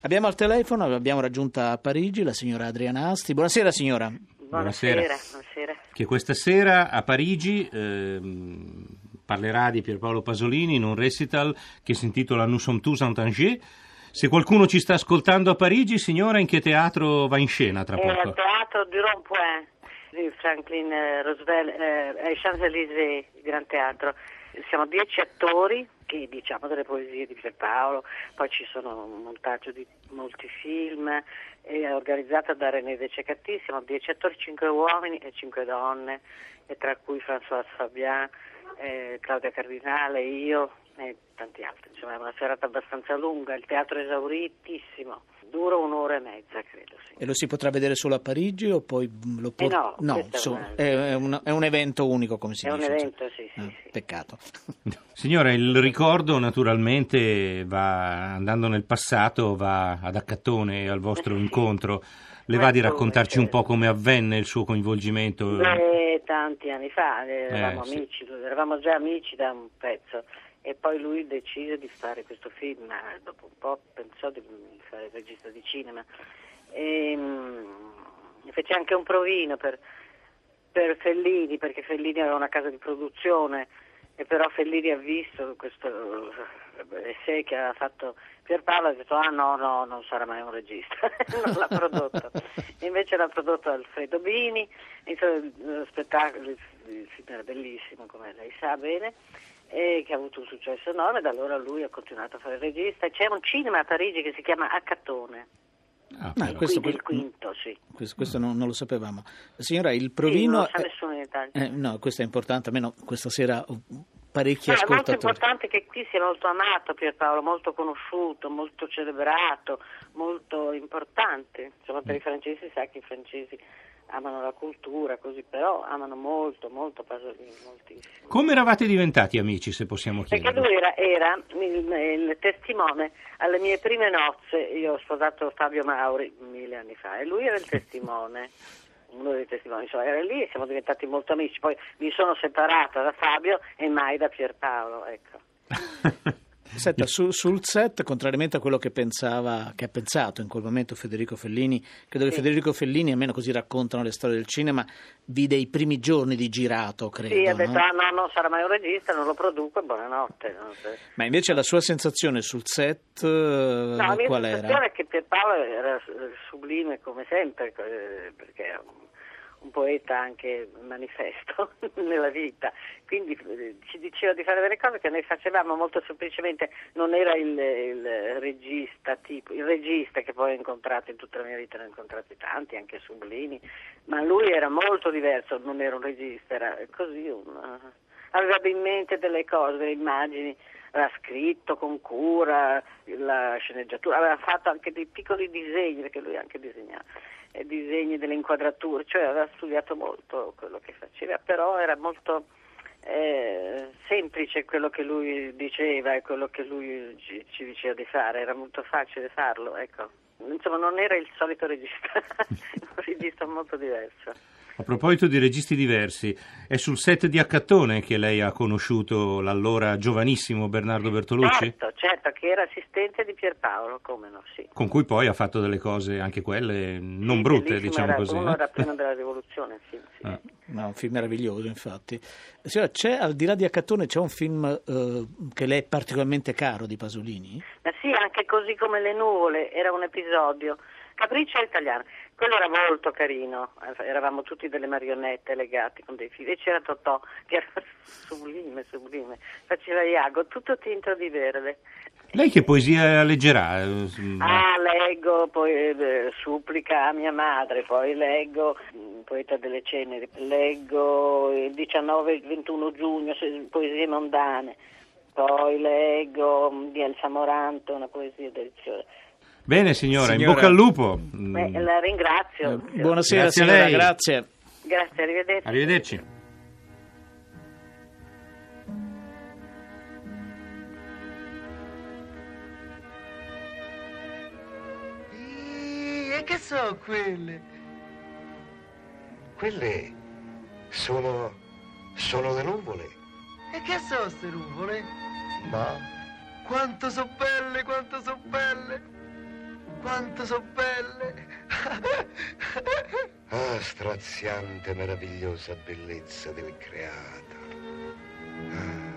Abbiamo al telefono, l'abbiamo raggiunta a Parigi, la signora Adriana Asti. Buonasera signora. Buonasera. Che questa sera a Parigi parlerà di Pierpaolo Pasolini in un recital che si intitola Nous sommes tous en danger. Se qualcuno ci sta ascoltando a Parigi, signora, in che teatro va in scena tra poco? Al teatro du Rond-Point di Franklin Roosevelt, ai Champs-Élysées, il Gran Teatro. Siamo 10 attori che diciamo delle poesie di Pierpaolo, poi ci sono un montaggio di molti film, è organizzata da René De Cecatty. Siamo 10 attori, 5 uomini e 5 donne, e tra cui Françoise Fabian, Claudia Cardinale, io e tanti altri. Insomma, è una serata abbastanza lunga, il teatro è esauritissimo, dura 1 ora e mezza, credo, sì. E lo si potrà vedere solo a Parigi o poi lo può... No, è un evento unico, come si dice. È un evento, sì. Peccato. Signora, il ricordo naturalmente va andando nel passato, va ad Accattone, al vostro incontro. Le va di raccontarci un po' come avvenne il suo coinvolgimento? Tanti anni fa, eravamo già amici da un pezzo. E poi lui decise di fare questo film, dopo un po' pensò di fare il regista di cinema, e fece anche un provino per Fellini, perché Fellini aveva una casa di produzione, e però Fellini ha visto questo essay che aveva fatto Pierpaolo e ha detto no, non sarà mai un regista, non l'ha prodotto. Invece l'ha prodotto Alfredo Bini, lo spettacolo, il film era bellissimo, come lei sa bene, e che ha avuto un successo enorme. Da allora lui ha continuato a fare il regista. C'è un cinema a Parigi che si chiama Accattone. Il quinto, sì. Questo non lo sapevamo. Signora, il provino... non sa nessuno in Italia. No, questo è importante, almeno questa sera parecchi ascoltatori. È molto importante che qui sia molto amato Pierpaolo, molto conosciuto, molto celebrato, molto importante. Insomma, per i francesi, sa che i francesi amano la cultura, così, però amano molto Pasolini, moltissimo. Come eravate diventati amici, se possiamo chiedere? Perché lui era il testimone alle mie prime nozze. Io ho sposato Fabio Mauri 1000 anni fa e lui era il testimone, uno dei testimoni. Insomma, era lì e siamo diventati molto amici. Poi mi sono separata da Fabio e mai da Pierpaolo, ecco. Senta, sul set, contrariamente a quello che ha pensato in quel momento Federico Fellini, credo che Federico Fellini, almeno così raccontano le storie del cinema, vide i primi giorni di girato, credo. Sì, ha detto no, non sarà mai un regista, non lo produco e buonanotte. Ma invece la sua sensazione sul set qual era? La mia sensazione è che Pierpaolo era sublime come sempre, perché era un poeta anche manifesto nella vita, quindi ci diceva di fare delle cose che noi facevamo molto semplicemente. Non era il regista tipo, il regista che poi ho incontrato in tutta la mia vita, ne ho incontrati tanti, anche sublimi, ma lui era molto diverso, non era un regista, era così, aveva in mente delle cose, delle immagini, aveva scritto con cura la sceneggiatura, aveva fatto anche dei piccoli disegni, perché lui anche disegnava, disegni delle inquadrature, cioè aveva studiato molto quello che faceva, però era molto semplice quello che lui diceva e quello che lui ci diceva di fare, era molto facile farlo, ecco. Insomma, non era il solito regista, un regista molto diverso. A proposito di registi diversi, è sul set di Accattone che lei ha conosciuto l'allora giovanissimo Bernardo Bertolucci? Certo, che era assistente di Pierpaolo, come no, sì. Con cui poi ha fatto delle cose, anche quelle non brutte, diciamo così. Era prima della rivoluzione, sì. No, un film meraviglioso, infatti. Signora, al di là di Accattone, c'è un film che le è particolarmente caro di Pasolini? Ma sì, anche Così come le nuvole, era un episodio. Capriccio all'italiano, quello era molto carino, eravamo tutti delle marionette legati con dei fili, e c'era Totò che era sublime, faceva Iago, tutto tinto di verde. Lei che poesia leggerà? Leggo, poi Supplica a mia madre, poi leggo Poeta delle ceneri, leggo il 19 e il 21 giugno, Poesie mondane, poi leggo di Elsa Moranto, una poesia deliziosa. Bene signora, in bocca al lupo. La ringrazio. Buonasera grazie signora, a lei. Grazie, arrivederci. Arrivederci. E che sono quelle? Quelle sono le nuvole. E che sono ste nuvole? Ma Quanto so belle, quanto so belle! quanto so belle. Ah, straziante, meravigliosa bellezza del creato. Ah.